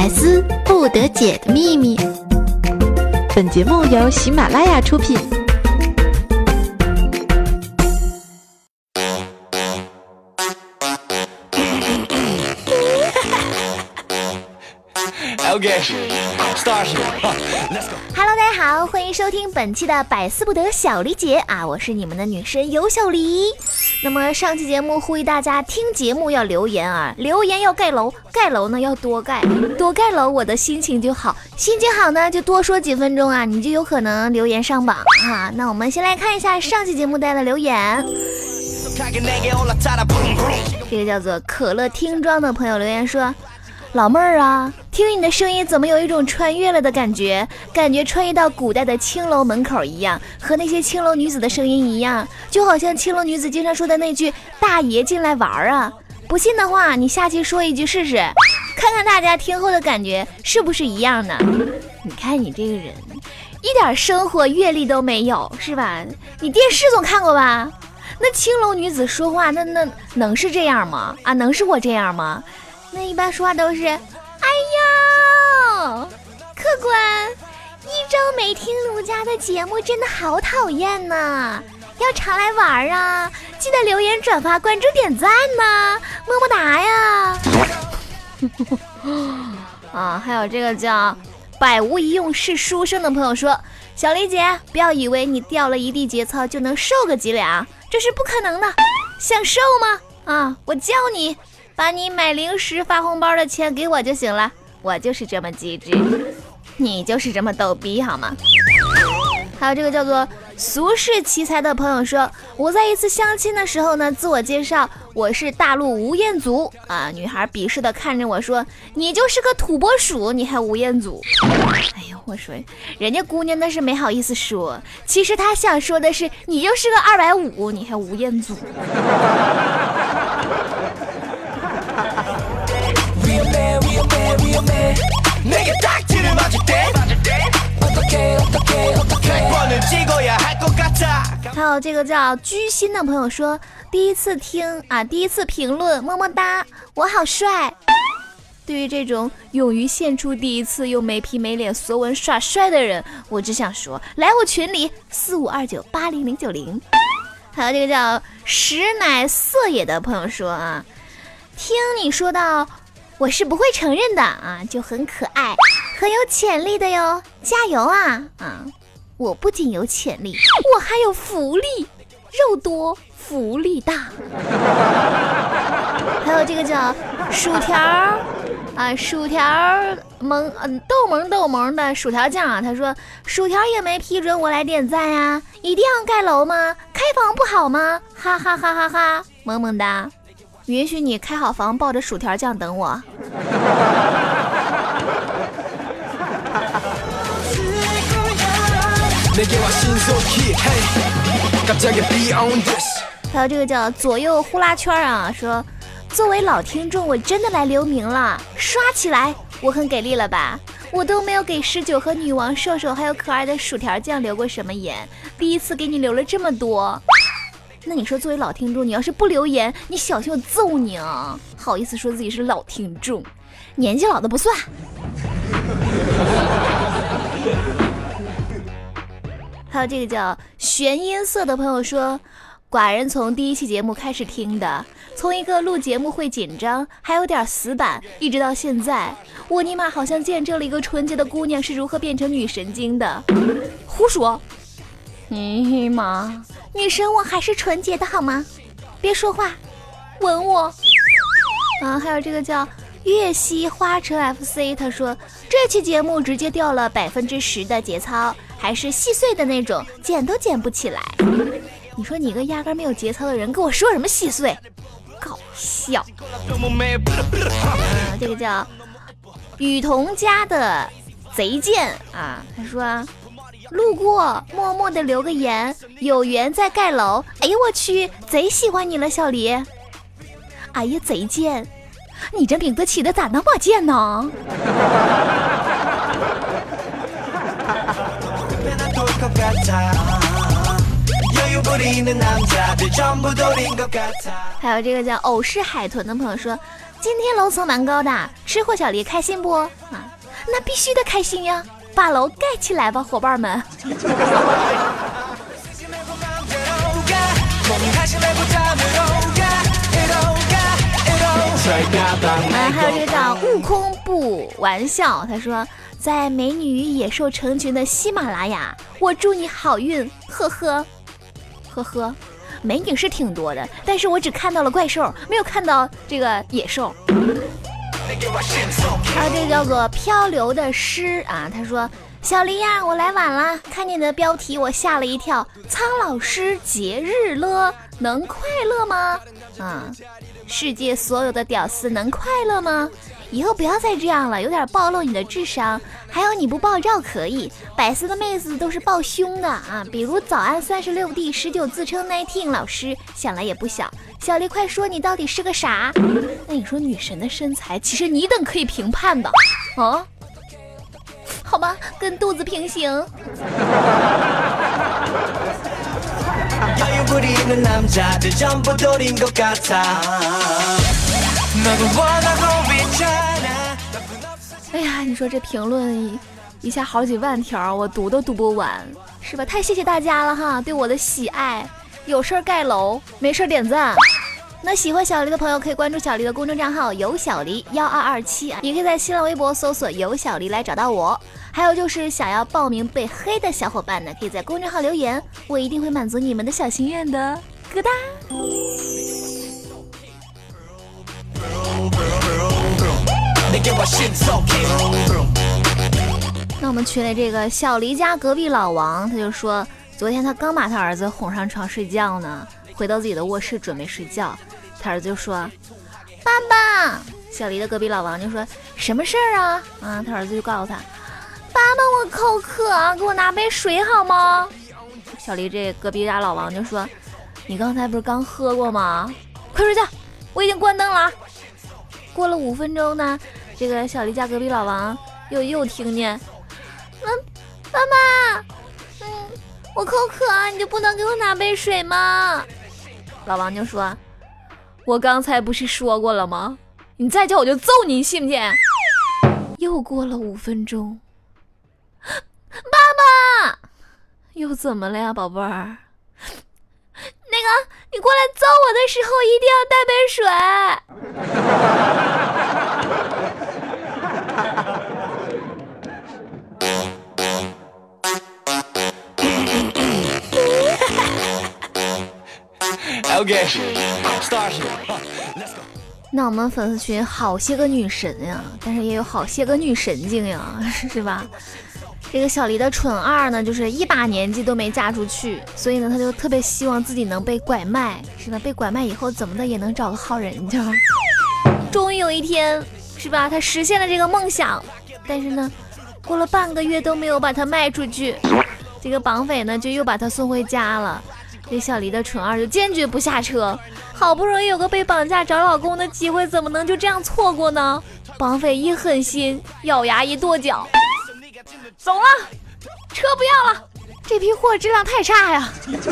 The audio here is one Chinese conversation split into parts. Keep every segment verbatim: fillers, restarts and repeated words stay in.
百思不得解的秘密。 本节目由喜马拉雅出品。 Okay, start. Let's go. Hello， 大家好，欢迎收听本期的百思不得小黎姐啊，我是你们的女神尤小黎。那么上期节目呼吁大家听节目要留言啊，留言要盖楼，盖楼呢要多盖，多盖楼我的心情就好，心情好呢就多说几分钟啊，你就有可能留言上榜啊。那我们先来看一下上期节目带的留言。这个叫做可乐听装的朋友留言说，老妹儿啊，听你的声音怎么有一种穿越了的感觉，感觉穿越到古代的青楼门口一样，和那些青楼女子的声音一样，就好像青楼女子经常说的那句大爷进来玩啊。不信的话你下期说一句试试，看看大家听后的感觉是不是一样呢？你看你这个人一点生活阅历都没有是吧？你电视总看过吧？那青楼女子说话那那能是这样吗？啊，能是我这样吗？那一般说话都是，哎呦，客官，一周没听卢家的节目真的好讨厌呐，要常来玩啊，记得留言转发关注点赞呐，么么哒呀。啊，还有这个叫百无一用是书生的朋友说，小黎姐不要以为你掉了一地节操就能瘦个几两，这是不可能的，想瘦吗？啊，我教你，把你买零食发红包的钱给我就行了，我就是这么机智，你就是这么逗逼好吗？还有这个叫做俗世奇才的朋友说，我在一次相亲的时候呢，自我介绍我是大陆吴彦祖啊，女孩鄙视的看着我说，你就是个土拨鼠，你还吴彦祖。哎呦，我说人家姑娘那是没好意思说，其实她想说的是你就是个二百五，你还吴彦祖。还有这个叫居心的朋友说，第一次听啊，第一次评论，么么哒，我好帅。对于这种勇于献出第一次又没皮没脸索吻耍帅的人，我只想说，来我群里四五二九八零零九零。还有这个叫实乃色野的朋友说啊，听你说到我是不会承认的啊，就很可爱，很有潜力的哟，加油啊！啊，我不仅有潜力，我还有福利，肉多福利大。还有这个叫薯条啊，薯条萌嗯豆萌豆萌的薯条酱啊，他说薯条也没批准我来点赞呀，一定要盖楼吗？开房不好吗？哈哈哈哈哈，萌萌哒。允许你开好房抱着薯条酱等我。还有这个叫左右呼啦圈啊，说作为老听众我真的来留名了，刷起来，我很给力了吧？我都没有给十九和女王瘦瘦还有可爱的薯条酱留过什么言，第一次给你留了这么多。那你说作为老听众，你要是不留言，你小心我揍你啊！好意思说自己是老听众，年纪老的不算。还有这个叫玄音色的朋友说，寡人从第一期节目开始听的，从一个录节目会紧张还有点死板，一直到现在，我尼玛好像见证了一个纯洁的姑娘是如何变成女神经的。胡说！尼玛，女神我还是纯洁的好吗？别说话，吻我啊！还有这个叫月溪花城 F C， 他说这期节目直接掉了百分之十的节操，还是细碎的那种，剪都剪不起来。你说你个压根没有节操的人跟我说什么细碎，搞笑。啊，这个叫雨桐家的贼贱啊，他说路过默默的留个言，有缘再盖楼。哎呦我去，贼喜欢你了小黎。哎呀贼贱，你这名字起的咋那么贱呢？还有这个叫偶是海豚的朋友说， 今天楼层蛮高的，吃货小黎开心不？啊，那必须的开心呀！把楼盖起来吧，伙伴们。啊，还有这个叫悟空不玩笑，他说在美女与野兽成群的喜马拉雅，我祝你好运，呵呵呵呵。美女是挺多的，但是我只看到了怪兽，没有看到这个野兽。还有这个叫做漂流的诗啊，他说小黎呀，我来晚了，看见你的标题我吓了一跳，苍老师节日了，能快乐吗？啊，世界所有的屌丝能快乐吗？以后不要再这样了，有点暴露你的智商。还有你不爆照可以，百思的妹子都是抱胸的啊，比如早安三十六 D 十九自称 nineteen 老师，想来也不小。小黎快说你到底是个啥？那你说女神的身材，其实你等可以评判的啊？好吧，跟肚子平行。哎呀，你说这评论一一下好几万条，我读都读不完，是吧？太谢谢大家了哈，对我的喜爱。有事盖楼，没事点赞。那喜欢小黎的朋友可以关注小黎的公众账号有小黎一二二七，也可以在新浪微博搜索有小黎来找到我。还有就是想要报名被黑的小伙伴呢，可以在公众号留言，我一定会满足你们的小心愿的。咯哒。那我们群里这个小黎家隔壁老王，他就说昨天他刚把他儿子哄上床睡觉呢，回到自己的卧室准备睡觉，他儿子就说爸爸，小黎的隔壁老王就说什么事儿啊？啊，他儿子就告诉他爸爸我口渴啊，给我拿杯水好吗？小黎这隔壁家老王就说你刚才不是刚喝过吗？快睡觉，我已经关灯了。过了五分钟呢，这个小黎家隔壁老王又又听见嗯，爸爸嗯，我口渴啊，你就不能给我拿杯水吗？老王就说我刚才不是说过了吗？你再叫我就揍你，你信不信？又过了五分钟，爸爸又怎么了呀宝贝儿？那个你过来揍我的时候一定要带杯水。 Okay, start. Let's go. 那我们粉丝群好些个女神呀，但是也有好些个女神经呀，是吧？这个小黎的蠢二呢，就是一把年纪都没嫁出去，所以呢，他就特别希望自己能被拐卖，是吧？被拐卖以后怎么的也能找个好人家。终于有一天，是吧？他实现了这个梦想，但是呢，过了半个月都没有把他卖出去，这个绑匪呢就又把他送回家了。这小黎的蠢二就坚决不下车，好不容易有个被绑架找老公的机会，怎么能就这样错过呢？绑匪一狠心，咬牙一跺脚，走了，车不要了，这批货质量太差呀。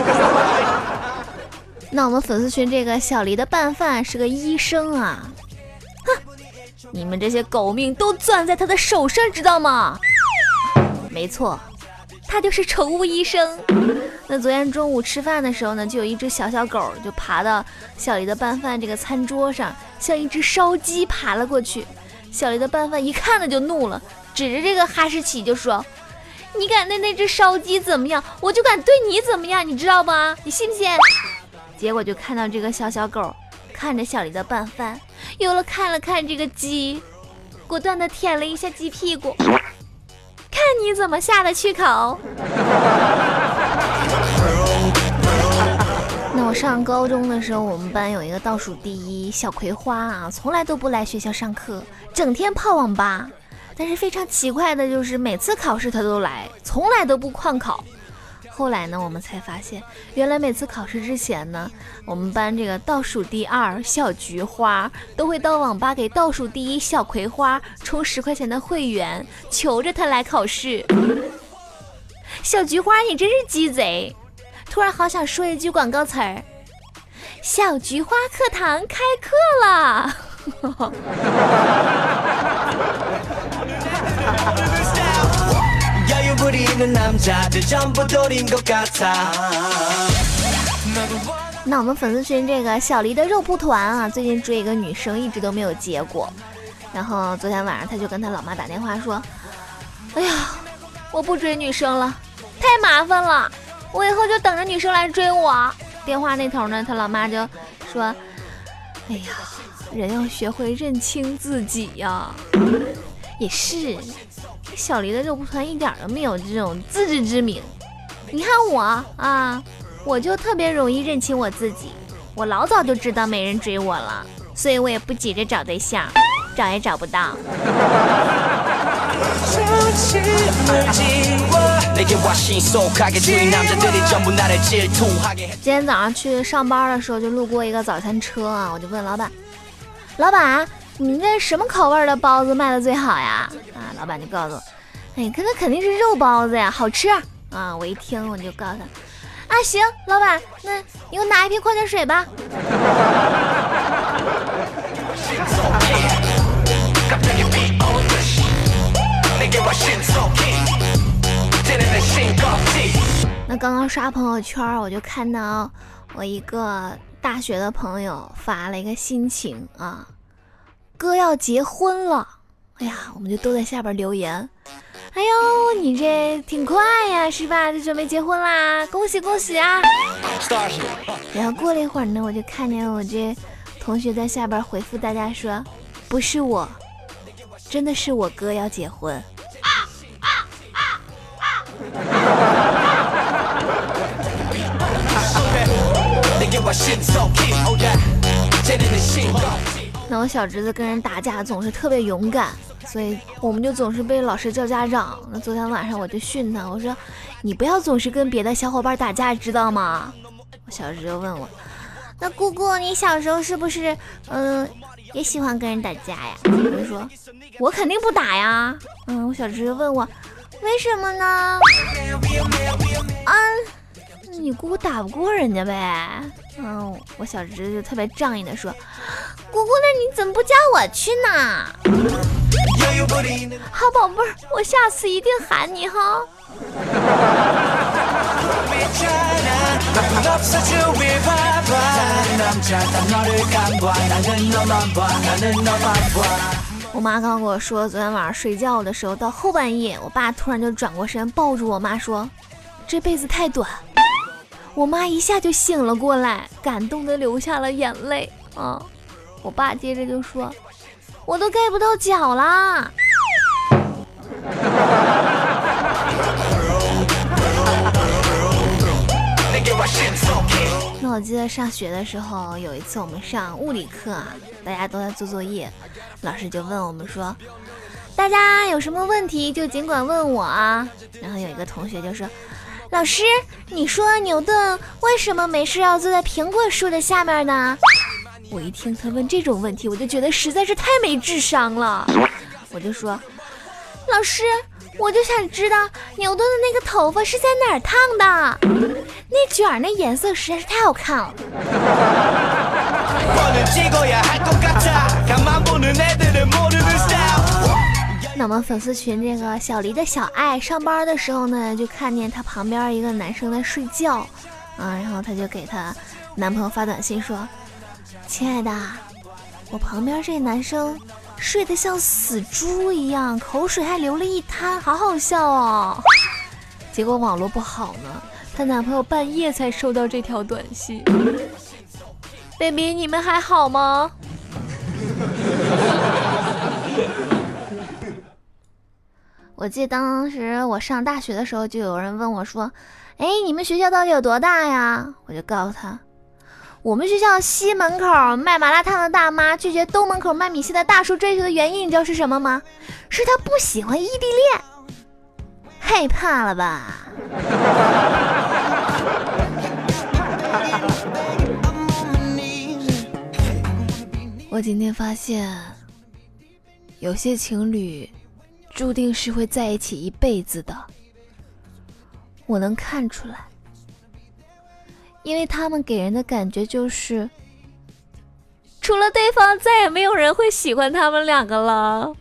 那我们粉丝群这个小黎的拌饭是个医生啊，哼，你们这些狗命都攥在他的手上，知道吗？没错，他就是宠物医生。那昨天中午吃饭的时候呢，就有一只小小狗就爬到小黎的拌饭这个餐桌上，像一只烧鸡爬了过去。小黎的拌饭一看呢就怒了，指着这个哈士奇就说，你敢对那只烧鸡怎么样，我就敢对你怎么样，你知道吗？你信不信？结果就看到这个小小狗看着小黎的拌饭，又了看了看这个鸡，果断的舔了一下鸡屁股，看你怎么下得去口。那我上高中的时候，我们班有一个倒数第一小葵花啊，从来都不来学校上课，整天泡网吧。但是非常奇怪的就是每次考试他都来，从来都不旷考。后来呢，我们才发现，原来每次考试之前呢，我们班这个倒数第二小菊花都会到网吧给倒数第一小葵花充十块钱的会员，求着他来考试。小菊花，你真是鸡贼！突然好想说一句广告词儿：小菊花课堂开课了。 那我们粉丝群这个小黎的肉蒲团啊，最近追一个女生一直都没有结果，然后昨天晚上他就跟他老妈打电话说，哎呀，我不追女生了，太麻烦了，我以后就等着女生来追我。电话那头呢，他老妈就说，哎呀，人要学会认清自己呀。也是，小黎的肉蒲团一点都没有这种自知之明。你看我啊，我就特别容易认清我自己，我老早就知道没人追我了，所以我也不急着找对象，找也找不到。今天早上去上班的时候，就路过一个早餐车啊，我就问老板，老板，你们这什么口味的包子卖的最好呀？啊，老板就告诉我，哎，可那肯定是肉包子呀，好吃啊！我一听我就告诉他，啊行，老板，那你给我拿一瓶矿泉水吧。那刚刚刷朋友圈，我就看到我一个大学的朋友发了一个心情啊，哥要结婚了。哎呀，我们就都在下边留言，哎呦，你这挺快呀，是吧？就准备结婚啦，恭喜恭喜啊！然后过了一会儿呢，我就看见我这同学在下边回复大家说，不是我，真的是我哥要结婚。那我小侄子跟人打架总是特别勇敢，所以我们就总是被老师叫家长。那昨天晚上我就训他，我说你不要总是跟别的小伙伴打架，知道吗？我小侄子就问我，那姑姑你小时候是不是嗯、呃、也喜欢跟人打架呀？我就说我肯定不打呀。嗯，我小侄子问我为什么呢？啊，你姑姑打不过人家呗。嗯，我小侄子就特别仗义的说，姑姑，那你怎么不叫我去呢？好宝贝儿，我下次一定喊你哈。我妈刚跟我说，昨天晚上睡觉的时候到后半夜，我爸突然就转过身抱住我妈说，这辈子太短。我妈一下就醒了过来，感动的流下了眼泪啊！我爸接着就说，我都盖不到脚啦。那我记得上学的时候，有一次我们上物理课啊，大家都在做作业，老师就问我们说，大家有什么问题就尽管问我啊。然后有一个同学就说，老师，你说牛顿为什么没事要坐在苹果树的下面呢？我一听他问这种问题，我就觉得实在是太没智商了。我就说，老师，我就想知道牛顿的那个头发是在哪儿烫的，那卷儿那颜色实在是太好看了。那我们粉丝群这个小黎的小爱上班的时候呢，就看见他旁边一个男生在睡觉啊，然后他就给他男朋友发短信说，亲爱的，我旁边这男生睡得像死猪一样，口水还流了一滩，好好笑哦。结果网络不好呢，她男朋友半夜才收到这条短信。baby 你们还好吗？我记得当时我上大学的时候，就有人问我说，哎，你们学校到底有多大呀？我就告诉他，我们学校西门口卖麻辣烫的大妈拒绝东门口卖米线的大叔追求的原因，你知道是什么吗？是他不喜欢异地恋。害怕了吧？我今天发现，有些情侣注定是会在一起一辈子的，我能看出来，因为他们给人的感觉就是除了对方，再也没有人会喜欢他们两个了。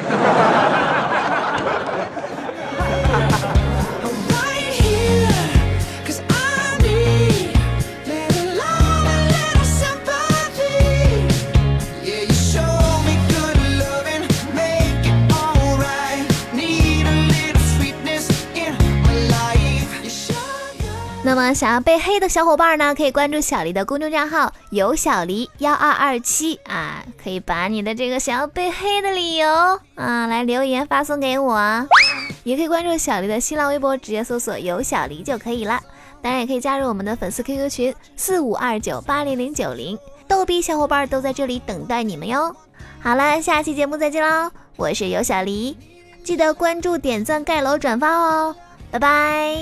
那么想要被黑的小伙伴呢，可以关注小黎的公众账号有小黎一二二七啊，可以把你的这个想要被黑的理由啊来留言发送给我，也可以关注小黎的新浪微博，直接搜索有小黎就可以了。当然也可以加入我们的粉丝 Q Q 群四五二九八零零九零，逗逼小伙伴都在这里等待你们哟。好了，下期节目再见喽，我是有小黎，记得关注、点赞、盖楼、转发哦，拜拜。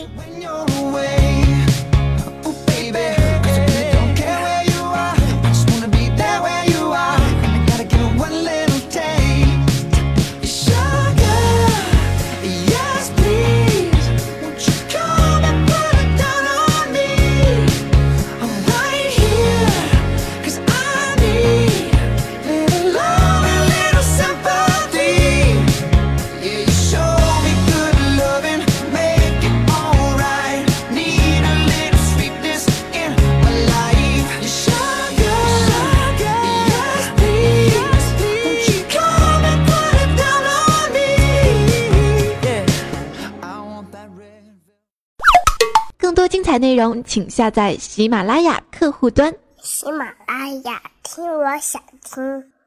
更多精彩内容请下载喜马拉雅客户端。 喜马拉雅，听我想听。